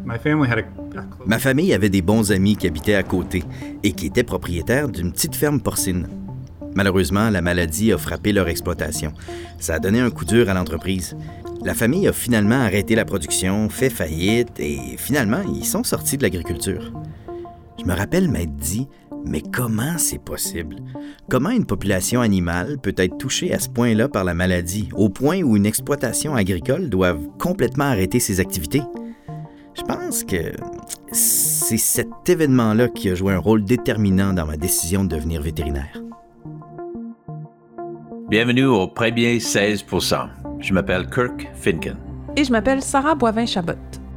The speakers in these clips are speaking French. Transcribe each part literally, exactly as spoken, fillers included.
Ma famille avait des bons amis qui habitaient à côté et qui étaient propriétaires d'une petite ferme porcine. Malheureusement, la maladie a frappé leur exploitation. Ça a donné un coup dur à l'entreprise. La famille a finalement arrêté la production, fait faillite et finalement, ils sont sortis de l'agriculture. Je me rappelle m'être dit, mais comment c'est possible? Comment une population animale peut être touchée à ce point-là par la maladie, au point où une exploitation agricole doit complètement arrêter ses activités? Je pense que c'est cet événement-là qui a joué un rôle déterminant dans ma décision de devenir vétérinaire. Bienvenue au premier seize pour cent. Je m'appelle Kirk Finken. Et je m'appelle Sarah Boivin-Chabot.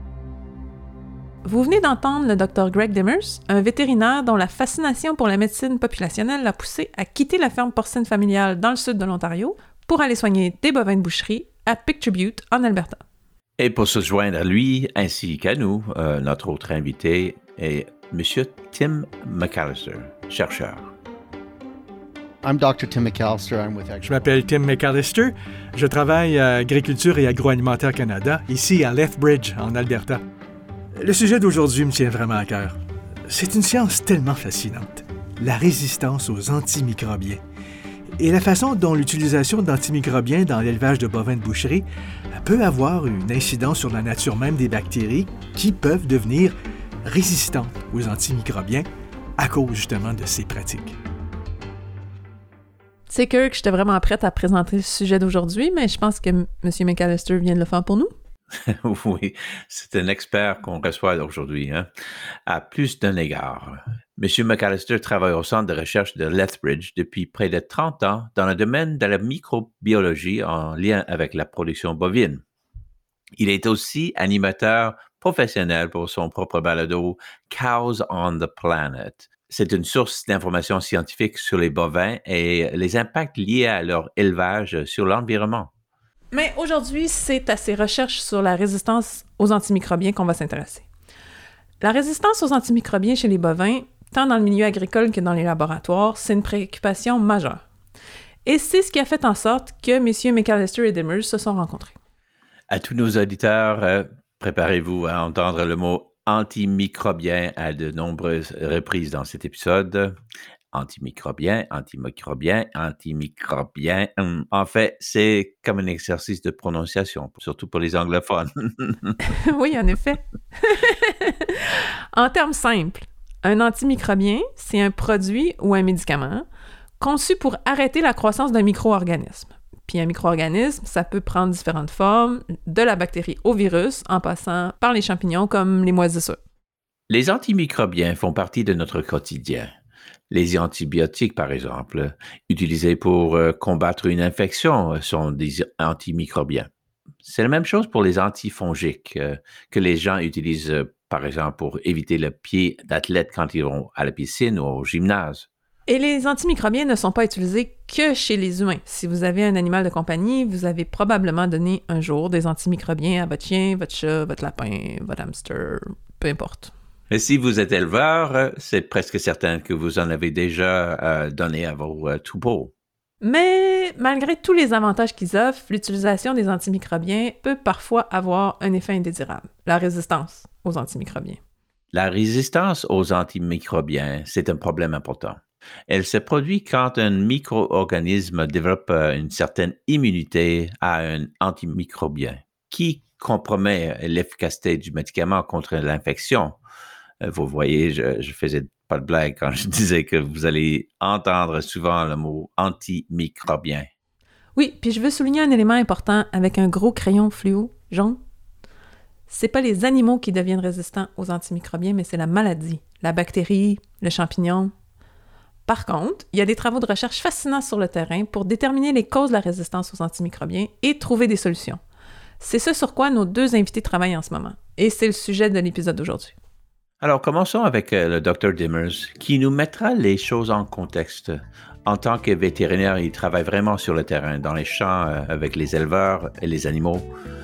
Vous venez d'entendre le docteur Greg Demers, un vétérinaire dont la fascination pour la médecine populationnelle l'a poussé à quitter la ferme porcine familiale dans le sud de l'Ontario pour aller soigner des bovins de boucherie à Picture Butte, en Alberta. Et pour se joindre à lui ainsi qu'à nous, euh, notre autre invité est M. Tim McAllister, chercheur. I'm doctor Tim McAllister. I'm with Agri- Je m'appelle Tim McAllister. Je travaille à Agriculture et Agroalimentaire Canada, ici à Lethbridge, en Alberta. Le sujet d'aujourd'hui me tient vraiment à cœur. C'est une science tellement fascinante. La résistance aux antimicrobiens. Et la façon dont l'utilisation d'antimicrobiens dans l'élevage de bovins de boucherie peut avoir une incidence sur la nature même des bactéries qui peuvent devenir résistantes aux antimicrobiens à cause justement de ces pratiques. C'est Kirk, j'étais vraiment prête à présenter le sujet d'aujourd'hui, mais je pense que M. McAllister vient de le faire pour nous. Oui, c'est un expert qu'on reçoit aujourd'hui, hein, à plus d'un égard. M. McAllister travaille au centre de recherche de Lethbridge depuis près de trente ans dans le domaine de la microbiologie en lien avec la production bovine. Il est aussi animateur professionnel pour son propre balado Cows on the Planet. C'est une source d'informations scientifiques sur les bovins et les impacts liés à leur élevage sur l'environnement. Mais aujourd'hui, c'est à ces recherches sur la résistance aux antimicrobiens qu'on va s'intéresser. La résistance aux antimicrobiens chez les bovins, tant dans le milieu agricole que dans les laboratoires, c'est une préoccupation majeure. Et c'est ce qui a fait en sorte que M. McAllister et Demers se sont rencontrés. À tous nos auditeurs, euh, préparez-vous à entendre le mot antimicrobien à de nombreuses reprises dans cet épisode. Antimicrobien, antimicrobien, antimicrobien. En fait, c'est comme un exercice de prononciation, surtout pour les anglophones. Oui, en effet. En termes simples, un antimicrobien, c'est un produit ou un médicament conçu pour arrêter la croissance d'un micro-organisme. Puis un micro-organisme, ça peut prendre différentes formes, de la bactérie au virus, en passant par les champignons comme les moisissures. Les antimicrobiens font partie de notre quotidien. Les antibiotiques, par exemple, utilisés pour euh, combattre une infection, sont des antimicrobiens. C'est la même chose pour les antifongiques euh, que les gens utilisent, euh, par exemple, pour éviter le pied d'athlète quand ils vont à la piscine ou au gymnase. Et les antimicrobiens ne sont pas utilisés que chez les humains. Si vous avez un animal de compagnie, vous avez probablement donné un jour des antimicrobiens à votre chien, votre chat, votre lapin, votre hamster, peu importe. Et si vous êtes éleveur, c'est presque certain que vous en avez déjà euh, donné à vos euh, troupeaux. Mais malgré tous les avantages qu'ils offrent, l'utilisation des antimicrobiens peut parfois avoir un effet indésirable, la résistance aux antimicrobiens. La résistance aux antimicrobiens, c'est un problème important. Elle se produit quand un micro-organisme développe une certaine immunité à un antimicrobien qui compromet l'efficacité du médicament contre l'infection. Vous voyez, je, je faisais pas de blague quand je disais que vous allez entendre souvent le mot antimicrobien. Oui, puis je veux souligner un élément important avec un gros crayon fluo jaune. C'est pas les animaux qui deviennent résistants aux antimicrobiens, mais c'est la maladie, la bactérie, le champignon. Par contre, il y a des travaux de recherche fascinants sur le terrain pour déterminer les causes de la résistance aux antimicrobiens et trouver des solutions. C'est ce sur quoi nos deux invités travaillent en ce moment. Et c'est le sujet de l'épisode d'aujourd'hui. Alors, commençons avec euh, le docteur Demers, qui nous mettra les choses en contexte. En tant que vétérinaire, il travaille vraiment sur le terrain, dans les champs, euh, avec les éleveurs et les animaux.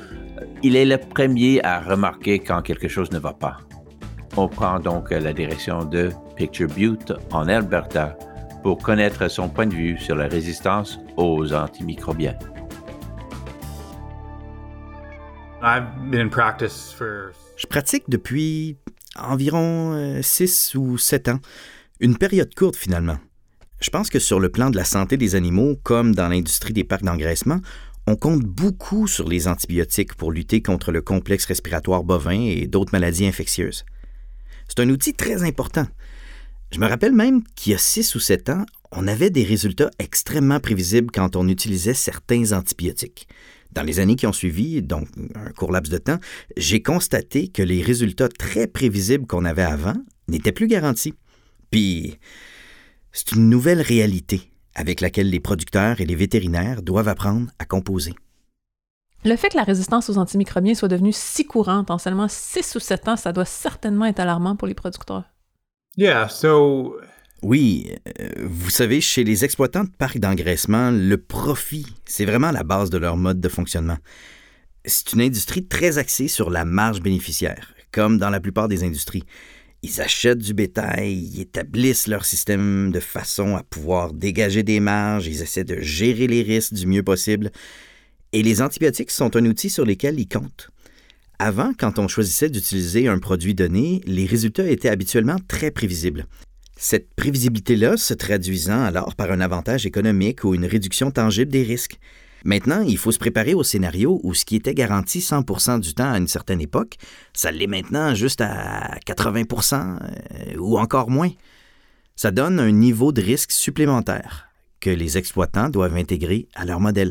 Il est le premier à remarquer quand quelque chose ne va pas. On prend donc la direction de Picture Butte, en Alberta, pour connaître son point de vue sur la résistance aux antimicrobiens. I've been in practice for... Je pratique depuis environ six ou sept ans. Une période courte, finalement. Je pense que sur le plan de la santé des animaux, comme dans l'industrie des parcs d'engraissement, on compte beaucoup sur les antibiotiques pour lutter contre le complexe respiratoire bovin et d'autres maladies infectieuses. C'est un outil très important. Je me rappelle même qu'il y a six ou sept ans, on avait des résultats extrêmement prévisibles quand on utilisait certains antibiotiques. Dans les années qui ont suivi, donc un court laps de temps, j'ai constaté que les résultats très prévisibles qu'on avait avant n'étaient plus garantis. Puis, c'est une nouvelle réalité avec laquelle les producteurs et les vétérinaires doivent apprendre à composer. Le fait que la résistance aux antimicrobiens soit devenue si courante en seulement six ou sept ans, ça doit certainement être alarmant pour les producteurs. Yeah, so... Oui, euh, vous savez, chez les exploitants de parcs d'engraissement, le profit, c'est vraiment la base de leur mode de fonctionnement. C'est une industrie très axée sur la marge bénéficiaire, comme dans la plupart des industries. Ils achètent du bétail, ils établissent leur système de façon à pouvoir dégager des marges, ils essaient de gérer les risques du mieux possible. Et les antibiotiques sont un outil sur lequel ils comptent. Avant, quand on choisissait d'utiliser un produit donné, les résultats étaient habituellement très prévisibles. Cette prévisibilité-là se traduisant alors par un avantage économique ou une réduction tangible des risques. Maintenant, il faut se préparer au scénario où ce qui était garanti cent pour cent du temps à une certaine époque, ça l'est maintenant juste à quatre-vingts pour cent euh, ou encore moins. Ça donne un niveau de risque supplémentaire que les exploitants doivent intégrer à leur modèle.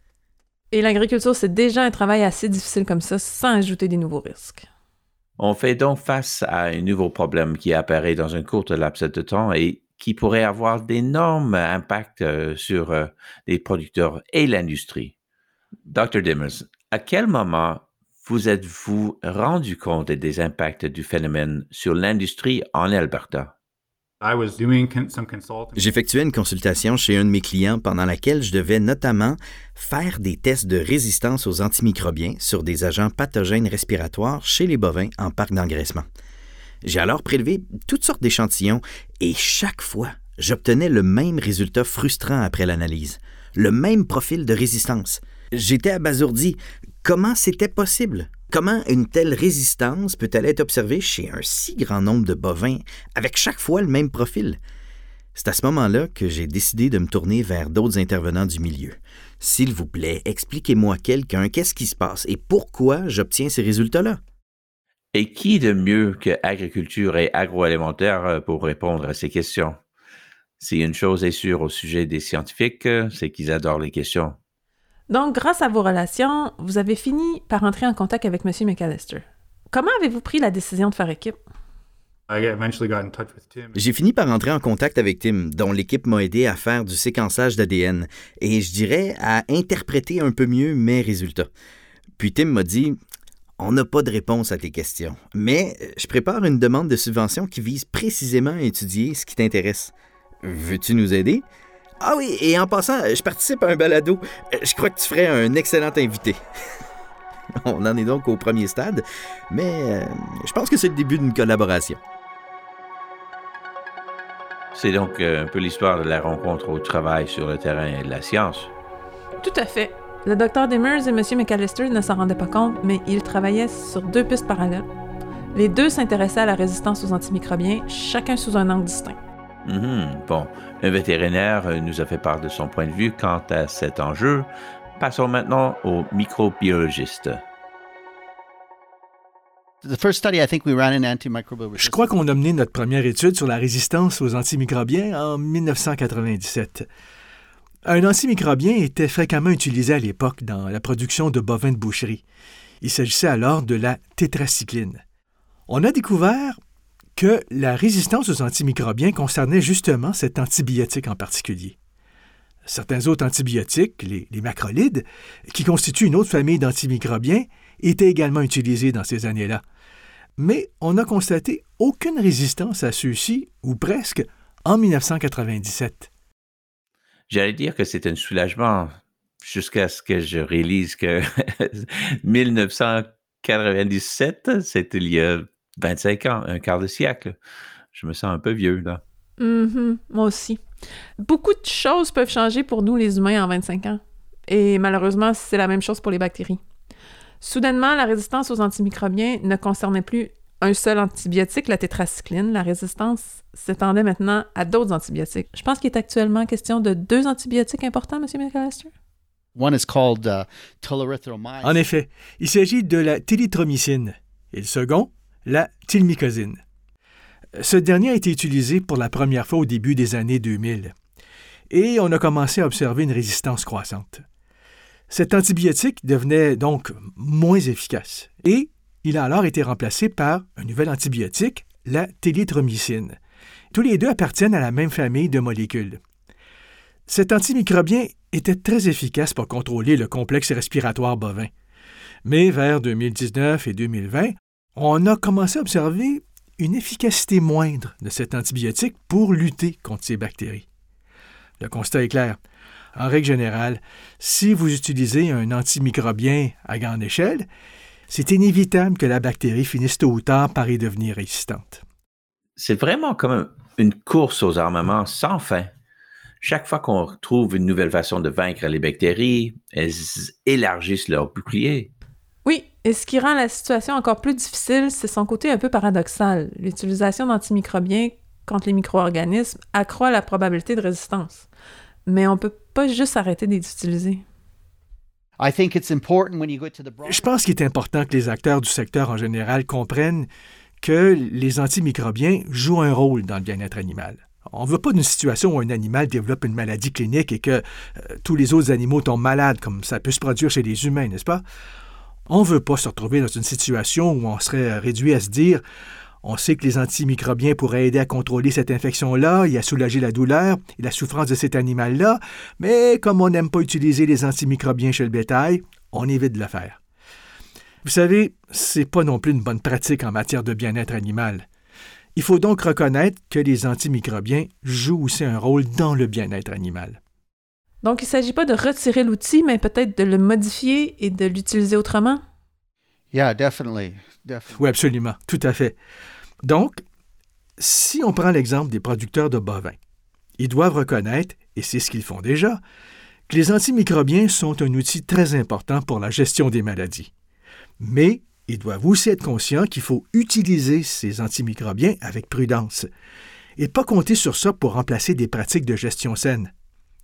Et l'agriculture, c'est déjà un travail assez difficile comme ça, sans ajouter des nouveaux risques. On fait donc face à un nouveau problème qui apparaît dans un court laps de temps et qui pourrait avoir d'énormes impacts euh, sur euh, les producteurs et l'industrie. docteur Dimmers, à quel moment vous êtes-vous rendu compte des impacts du phénomène sur l'industrie en Alberta? I was doing some consulting. J'effectuais une consultation chez un de mes clients pendant laquelle je devais notamment faire des tests de résistance aux antimicrobiens sur des agents pathogènes respiratoires chez les bovins en parc d'engraissement. J'ai alors prélevé toutes sortes d'échantillons et chaque fois, j'obtenais le même résultat frustrant après l'analyse, le même profil de résistance. J'étais abasourdi. Comment c'était possible? Comment une telle résistance peut-elle être observée chez un si grand nombre de bovins avec chaque fois le même profil? C'est à ce moment-là que j'ai décidé de me tourner vers d'autres intervenants du milieu. S'il vous plaît, expliquez-moi quelqu'un qu'est-ce qui se passe et pourquoi j'obtiens ces résultats-là. Et qui de mieux que Agriculture et Agroalimentaire pour répondre à ces questions? Si une chose est sûre au sujet des scientifiques, c'est qu'ils adorent les questions. Donc, grâce à vos relations, vous avez fini par entrer en contact avec M. McAllister. Comment avez-vous pris la décision de faire équipe? I eventually got in touch with Tim. J'ai fini par entrer en contact avec Tim, dont l'équipe m'a aidé à faire du séquençage d'A D N et, je dirais, à interpréter un peu mieux mes résultats. Puis Tim m'a dit « On n'a pas de réponse à tes questions, mais je prépare une demande de subvention qui vise précisément à étudier ce qui t'intéresse. Veux-tu nous aider? » Ah oui, et en passant, je participe à un balado. Je crois que tu ferais un excellent invité. On en est donc au premier stade, mais euh, je pense que c'est le début d'une collaboration. C'est donc un peu l'histoire de la rencontre au travail sur le terrain et de la science. Tout à fait. Le docteur Dimmers et M. McAllister ne s'en rendaient pas compte, mais ils travaillaient sur deux pistes parallèles. Les deux s'intéressaient à la résistance aux antimicrobiens, chacun sous un angle distinct. Mm-hmm. Bon, un vétérinaire nous a fait part de son point de vue quant à cet enjeu. Passons maintenant aux microbiologistes. The first study I think we ran in antimicrobial resistance. Je crois qu'on a mené notre première étude sur la résistance aux antimicrobiens en dix-neuf cent quatre-vingt-dix-sept. Un antimicrobien était fréquemment utilisé à l'époque dans la production de bovins de boucherie. Il s'agissait alors de la tétracycline. On a découvert que la résistance aux antimicrobiens concernait justement cet antibiotique en particulier. Certains autres antibiotiques, les, les macrolides, qui constituent une autre famille d'antimicrobiens, étaient également utilisés dans ces années-là. Mais on n'a constaté aucune résistance à ceux-ci, ou presque, en dix-neuf cent quatre-vingt-dix-sept. J'allais dire que c'est un soulagement jusqu'à ce que je réalise que dix-neuf cent quatre-vingt-dix-sept, c'était il y a vingt-cinq ans, un quart de siècle. Je me sens un peu vieux, là. Mm-hmm, moi aussi. Beaucoup de choses peuvent changer pour nous, les humains, en vingt-cinq ans. Et malheureusement, c'est la même chose pour les bactéries. Soudainement, la résistance aux antimicrobiens ne concernait plus un seul antibiotique, la tétracycline. La résistance s'étendait maintenant à d'autres antibiotiques. Je pense qu'il est actuellement question de deux antibiotiques importants, M. McAllister. One is called uh, toleratromycin. En effet, il s'agit de la télitromycine et le second, la tilmicosine. Ce dernier a été utilisé pour la première fois au début des années deux mille et on a commencé à observer une résistance croissante. Cet antibiotique devenait donc moins efficace et il a alors été remplacé par un nouvel antibiotique, la télitromycine. Tous les deux appartiennent à la même famille de molécules. Cet antimicrobien était très efficace pour contrôler le complexe respiratoire bovin. Mais vers deux mille dix-neuf et deux mille vingt, on a commencé à observer une efficacité moindre de cet antibiotique pour lutter contre ces bactéries. Le constat est clair. En règle générale, si vous utilisez un antimicrobien à grande échelle, c'est inévitable que la bactérie finisse tôt ou tard par y devenir résistante. C'est vraiment comme une course aux armements sans fin. Chaque fois qu'on trouve une nouvelle façon de vaincre les bactéries, elles élargissent leur bouclier. Oui, et ce qui rend la situation encore plus difficile, c'est son côté un peu paradoxal. L'utilisation d'antimicrobiens contre les micro-organismes accroît la probabilité de résistance. Mais on ne peut pas juste arrêter de les utiliser. Je pense qu'il est important que les acteurs du secteur en général comprennent que les antimicrobiens jouent un rôle dans le bien-être animal. On ne veut pas d'une situation où un animal développe une maladie clinique et que euh, tous les autres animaux tombent malades, comme ça peut se produire chez les humains, n'est-ce pas? On ne veut pas se retrouver dans une situation où on serait réduit à se dire « On sait que les antimicrobiens pourraient aider à contrôler cette infection-là et à soulager la douleur et la souffrance de cet animal-là, mais comme on n'aime pas utiliser les antimicrobiens chez le bétail, on évite de le faire. » Vous savez, c'est pas non plus une bonne pratique en matière de bien-être animal. Il faut donc reconnaître que les antimicrobiens jouent aussi un rôle dans le bien-être animal. Donc, il ne s'agit pas de retirer l'outil, mais peut-être de le modifier et de l'utiliser autrement? Yeah, definitely. definitely. Oui, absolument, tout à fait. Donc, si on prend l'exemple des producteurs de bovins, ils doivent reconnaître, et c'est ce qu'ils font déjà, que les antimicrobiens sont un outil très important pour la gestion des maladies. Mais ils doivent aussi être conscients qu'il faut utiliser ces antimicrobiens avec prudence et pas compter sur ça pour remplacer des pratiques de gestion saine.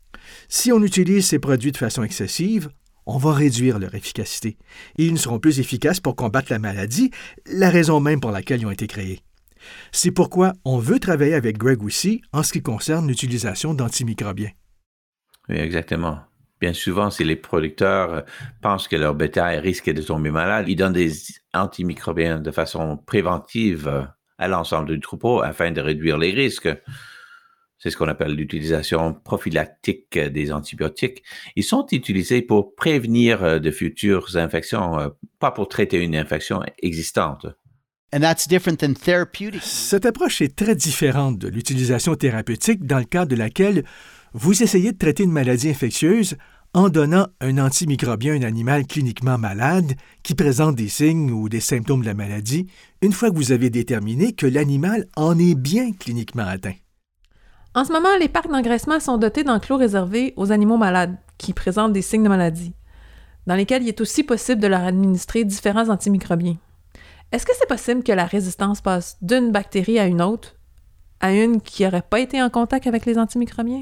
Si on utilise ces produits de façon excessive, on va réduire leur efficacité et ils ne seront plus efficaces pour combattre la maladie, la raison même pour laquelle ils ont été créés. C'est pourquoi on veut travailler avec Greg aussi en ce qui concerne l'utilisation d'antimicrobiens. Oui, exactement. Bien souvent, si les producteurs pensent que leur bétail risque de tomber malade, ils donnent des antimicrobiens de façon préventive à l'ensemble du troupeau afin de réduire les risques. C'est ce qu'on appelle l'utilisation prophylactique des antibiotiques. Ils sont utilisés pour prévenir de futures infections, pas pour traiter une infection existante. And that's different than therapeutic. Cette approche est très différente de l'utilisation thérapeutique dans le cadre de laquelle vous essayez de traiter une maladie infectieuse en donnant un antimicrobien à un animal cliniquement malade qui présente des signes ou des symptômes de la maladie une fois que vous avez déterminé que l'animal en est bien cliniquement atteint. En ce moment, les parcs d'engraissement sont dotés d'enclos réservés aux animaux malades qui présentent des signes de maladie, dans lesquels il est aussi possible de leur administrer différents antimicrobiens. Est-ce que c'est possible que la résistance passe d'une bactérie à une autre, à une qui n'aurait pas été en contact avec les antimicrobiens?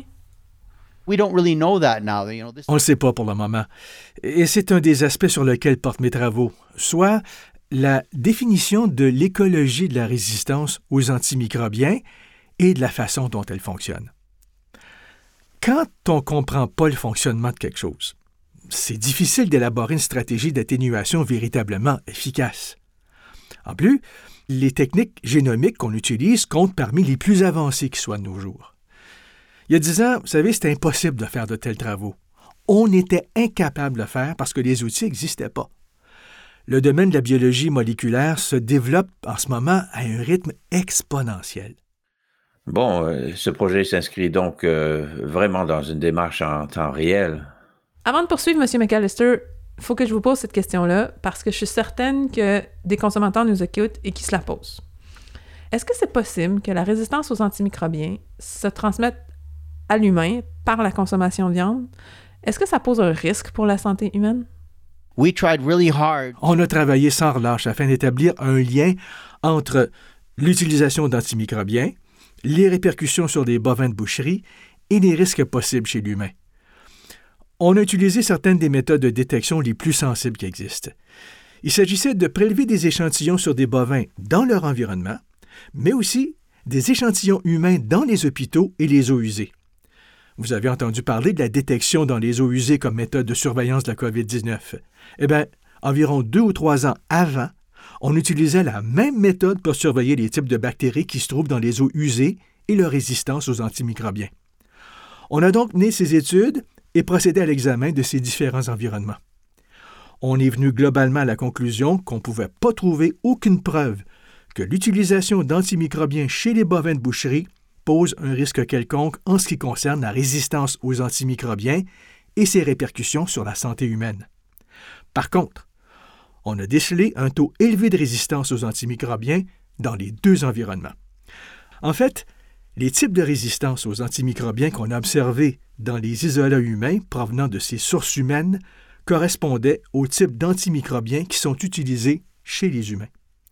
We don't really know that now. You know, this... On ne le sait pas pour le moment. Et c'est un des aspects sur lesquels portent mes travaux, soit la définition de l'écologie de la résistance aux antimicrobiens et de la façon dont elle fonctionne. Quand on ne comprend pas le fonctionnement de quelque chose, c'est difficile d'élaborer une stratégie d'atténuation véritablement efficace. En plus, les techniques génomiques qu'on utilise comptent parmi les plus avancées qui soient de nos jours. Il y a dix ans, vous savez, c'était impossible de faire de tels travaux. On était incapable de le faire parce que les outils n'existaient pas. Le domaine de la biologie moléculaire se développe en ce moment à un rythme exponentiel. Bon, euh, ce projet s'inscrit donc euh, vraiment dans une démarche en temps réel. Avant de poursuivre, M. McAllister, il faut que je vous pose cette question-là parce que je suis certaine que des consommateurs nous écoutent et qui se la posent. Est-ce que c'est possible que la résistance aux antimicrobiens se transmette à l'humain par la consommation de viande? Est-ce que ça pose un risque pour la santé humaine? We tried really hard. On a travaillé sans relâche afin d'établir un lien entre l'utilisation d'antimicrobiens, les répercussions sur les bovins de boucherie et les risques possibles chez l'humain. On a utilisé certaines des méthodes de détection les plus sensibles qui existent. Il s'agissait de prélever des échantillons sur des bovins dans leur environnement, mais aussi des échantillons humains dans les hôpitaux et les eaux usées. Vous avez entendu parler de la détection dans les eaux usées comme méthode de surveillance de la covid dix-neuf. Eh bien, environ deux ou trois ans avant, on utilisait la même méthode pour surveiller les types de bactéries qui se trouvent dans les eaux usées et leur résistance aux antimicrobiens. On a donc mené ces études et procédé à l'examen de ces différents environnements. On est venu globalement à la conclusion qu'on ne pouvait pas trouver aucune preuve que l'utilisation d'antimicrobiens chez les bovins de boucherie pose un risque quelconque en ce qui concerne la résistance aux antimicrobiens et ses répercussions sur la santé humaine. Par contre, on a décelé un taux élevé de résistance aux antimicrobiens dans les deux environnements. En fait, les types de résistance aux antimicrobiens qu'on a observés dans les isolats humains provenant de ces sources humaines correspondaient aux types d'antimicrobiens qui sont utilisés chez les humains.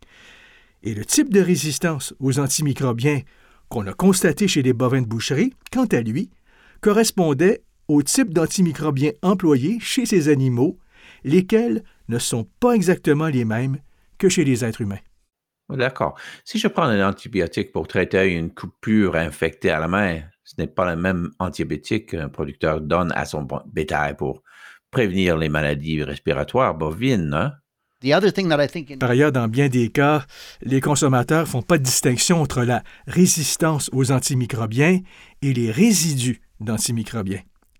Et le type de résistance aux antimicrobiens qu'on a constaté chez les bovins de boucherie, quant à lui, correspondait au type d'antimicrobiens employés chez ces animaux, lesquels ne sont pas exactement les mêmes que chez les êtres humains. D'accord. Si je prends un antibiotique pour traiter une coupure infectée à la main, ce n'est pas le même antibiotique qu'un producteur donne à son bétail pour prévenir les maladies respiratoires bovines, hein? The other thing that I think in- Par ailleurs, dans bien des cas, les consommateurs ne font pas de distinction entre la résistance aux antimicrobiens et les résidus d'antimicrobiens.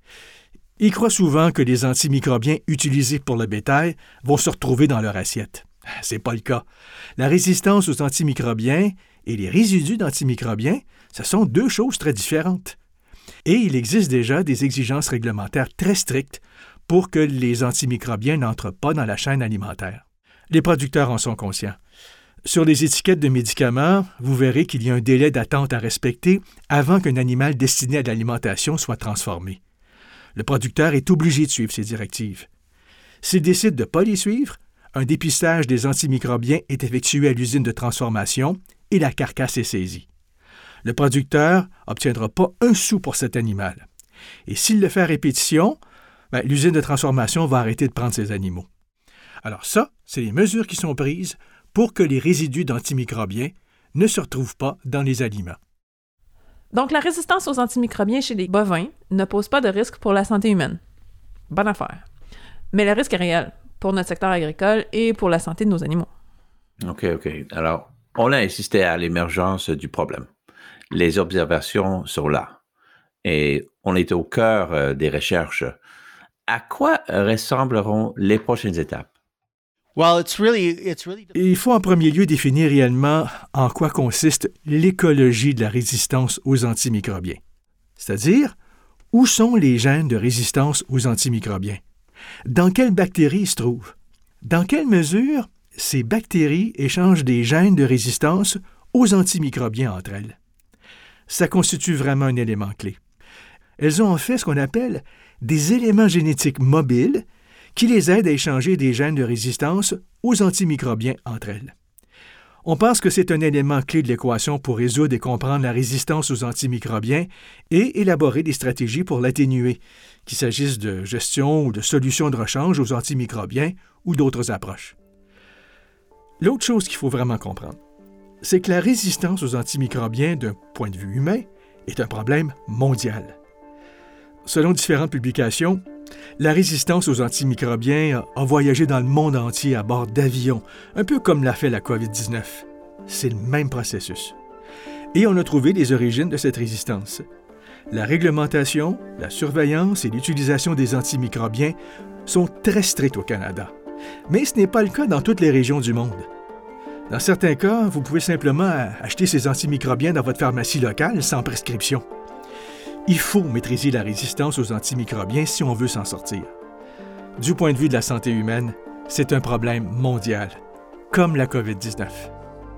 Ils croient souvent que les antimicrobiens utilisés pour le bétail vont se retrouver dans leur assiette. Ce n'est pas le cas. La résistance aux antimicrobiens et les résidus d'antimicrobiens, ce sont deux choses très différentes. Et il existe déjà des exigences réglementaires très strictes pour que les antimicrobiens n'entrent pas dans la chaîne alimentaire. Les producteurs en sont conscients. Sur les étiquettes de médicaments, vous verrez qu'il y a un délai d'attente à respecter avant qu'un animal destiné à l'alimentation soit transformé. Le producteur est obligé de suivre ces directives. S'il décide de ne pas les suivre, un dépistage des antimicrobiens est effectué à l'usine de transformation et la carcasse est saisie. Le producteur n'obtiendra pas un sou pour cet animal. Et s'il le fait à répétition, ben, l'usine de transformation va arrêter de prendre ces animaux. Alors ça, c'est les mesures qui sont prises pour que les résidus d'antimicrobiens ne se retrouvent pas dans les aliments. Donc, la résistance aux antimicrobiens chez les bovins ne pose pas de risque pour la santé humaine. Bonne affaire. Mais le risque est réel pour notre secteur agricole et pour la santé de nos animaux. OK, OK. Alors, on a assisté à l'émergence du problème. Les observations sont là. Et on est au cœur euh, des recherches. À quoi ressembleront les prochaines étapes? Well, it's really, it's really. Il faut en premier lieu définir réellement en quoi consiste l'écologie de la résistance aux antimicrobiens. C'est-à-dire, où sont les gènes de résistance aux antimicrobiens? Dans quelles bactéries ils se trouvent? Dans quelle mesure ces bactéries échangent des gènes de résistance aux antimicrobiens entre elles? Ça constitue vraiment un élément clé. Elles ont en fait ce qu'on appelle des éléments génétiques mobiles qui les aident à échanger des gènes de résistance aux antimicrobiens entre elles. On pense que c'est un élément clé de l'équation pour résoudre et comprendre la résistance aux antimicrobiens et élaborer des stratégies pour l'atténuer, qu'il s'agisse de gestion ou de solutions de rechange aux antimicrobiens ou d'autres approches. L'autre chose qu'il faut vraiment comprendre, c'est que la résistance aux antimicrobiens d'un point de vue humain est un problème mondial. Selon différentes publications, la résistance aux antimicrobiens a voyagé dans le monde entier à bord d'avions, un peu comme l'a fait la covid dix-neuf. C'est le même processus. Et on a trouvé les origines de cette résistance. La réglementation, la surveillance et l'utilisation des antimicrobiens sont très strictes au Canada. Mais ce n'est pas le cas dans toutes les régions du monde. Dans certains cas, vous pouvez simplement acheter ces antimicrobiens dans votre pharmacie locale sans prescription. Il faut maîtriser la résistance aux antimicrobiens si on veut s'en sortir. Du point de vue de la santé humaine, c'est un problème mondial, comme la covid dix-neuf.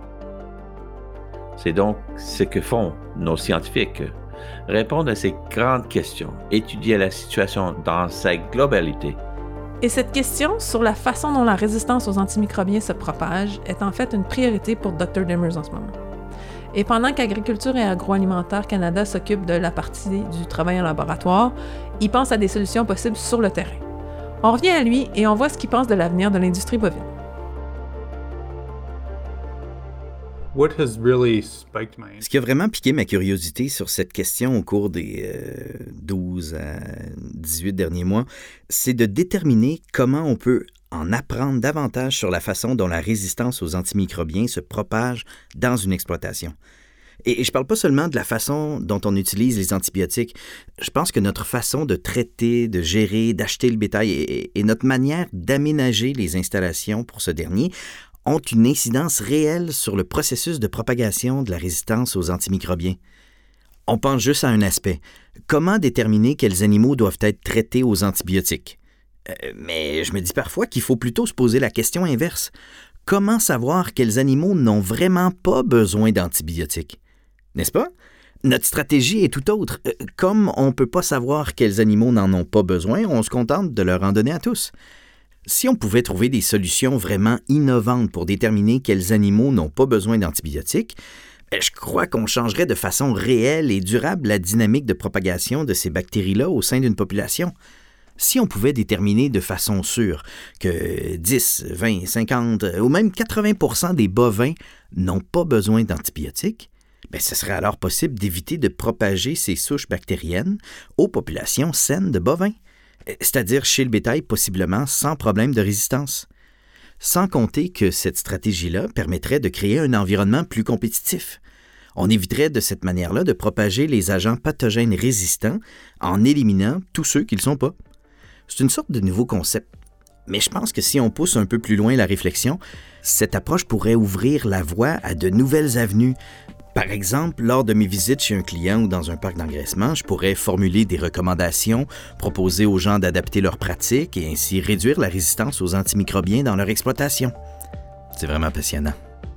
C'est donc ce que font nos scientifiques. Répondre à ces grandes questions, étudier la situation dans sa globalité Et cette question sur la façon dont la résistance aux antimicrobiens se propage est en fait une priorité pour docteur Dimmers en ce moment. Et pendant qu'Agriculture et Agroalimentaire Canada s'occupe de la partie du travail en laboratoire, il pense à des solutions possibles sur le terrain. On revient à lui et on voit ce qu'il pense de l'avenir de l'industrie bovine. What has really spiked my Ce qui a vraiment piqué ma curiosité sur cette question au cours des euh, douze à dix-huit derniers mois, c'est de déterminer comment on peut en apprendre davantage sur la façon dont la résistance aux antimicrobiens se propage dans une exploitation. Et je ne parle pas seulement de la façon dont on utilise les antibiotiques. Je pense que notre façon de traiter, de gérer, d'acheter le bétail et, et notre manière d'aménager les installations pour ce dernier ont une incidence réelle sur le processus de propagation de la résistance aux antimicrobiens. On pense juste à un aspect. Comment déterminer quels animaux doivent être traités aux antibiotiques? Euh, mais je me dis parfois qu'il faut plutôt se poser la question inverse. Comment savoir quels animaux n'ont vraiment pas besoin d'antibiotiques? N'est-ce pas? Notre stratégie est tout autre. Euh, comme on ne peut pas savoir quels animaux n'en ont pas besoin, on se contente de leur en donner à tous. Si on pouvait trouver des solutions vraiment innovantes pour déterminer quels animaux n'ont pas besoin d'antibiotiques, je crois qu'on changerait de façon réelle et durable la dynamique de propagation de ces bactéries-là au sein d'une population. Si on pouvait déterminer de façon sûre que dix, vingt, cinquante ou même quatre-vingts pour cent des bovins n'ont pas besoin d'antibiotiques, bien, ce serait alors possible d'éviter de propager ces souches bactériennes aux populations saines de bovins, c'est-à-dire chez le bétail possiblement sans problème de résistance. Sans compter que cette stratégie-là permettrait de créer un environnement plus compétitif. On éviterait de cette manière-là de propager les agents pathogènes résistants en éliminant tous ceux qui ne le sont pas. C'est une sorte de nouveau concept. Mais je pense que si on pousse un peu plus loin la réflexion, cette approche pourrait ouvrir la voie à de nouvelles avenues. Par exemple, lors de mes visites chez un client ou dans un parc d'engraissement, je pourrais formuler des recommandations, proposer aux gens d'adapter leurs pratiques et ainsi réduire la résistance aux antimicrobiens dans leur exploitation. C'est vraiment passionnant.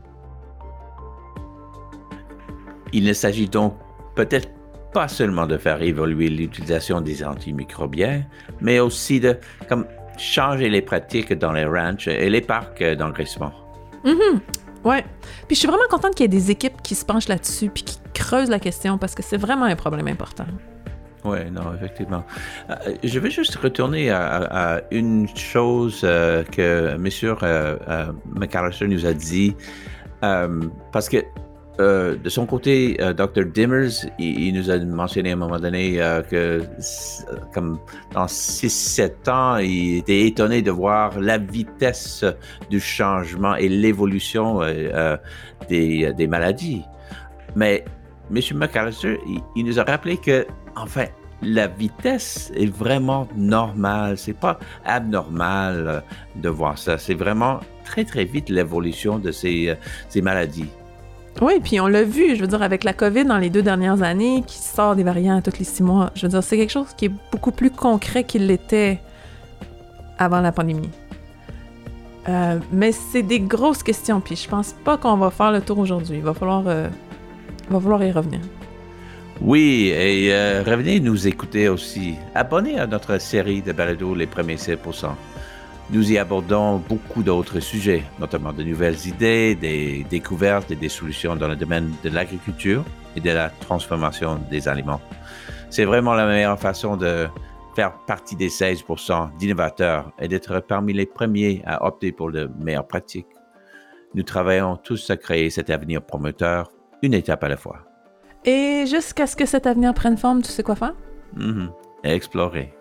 Il ne s'agit donc peut-être pas seulement de faire évoluer l'utilisation des antimicrobiens, mais aussi de comme, changer les pratiques dans les ranchs et les parcs d'engraissement. Mm-hmm. Ouais. Puis je suis vraiment contente qu'il y ait des équipes qui se penchent là-dessus puis qui creusent la question parce que c'est vraiment un problème important. Oui, non, effectivement. Euh, je vais juste retourner à, à une chose euh, que M. Euh, euh, McAllister nous a dit, euh, parce que euh, de son côté, euh, docteur Dimmers, il, il nous a mentionné à un moment donné euh, que comme dans six sept ans, il était étonné de voir la vitesse du changement et l'évolution euh, euh, des, des maladies. Mais M. McAllister, il, il nous a rappelé que, enfin, la vitesse est vraiment normale. C'est pas abnormal de voir ça. C'est vraiment très, très vite l'évolution de ces, ces maladies. Oui, puis on l'a vu, je veux dire, avec la COVID dans les deux dernières années, qui sort des variants tous les six mois. Je veux dire, c'est quelque chose qui est beaucoup plus concret qu'il l'était avant la pandémie. Euh, mais c'est des grosses questions, puis je pense pas qu'on va faire le tour aujourd'hui. Il va falloir, euh, il va falloir y revenir. Oui, et euh, revenez nous écouter aussi. Abonnez à notre série de balados Les Premiers sept pour cent. Nous y abordons beaucoup d'autres sujets, notamment de nouvelles idées, des découvertes et des solutions dans le domaine de l'agriculture et de la transformation des aliments. C'est vraiment la meilleure façon de faire partie des seize pour cent d'innovateurs et d'être parmi les premiers à opter pour de meilleures pratiques. Nous travaillons tous à créer cet avenir prometteur, une étape à la fois. Et jusqu'à ce que cet avenir prenne forme, tu sais quoi faire? Mm-hmm. Explorer.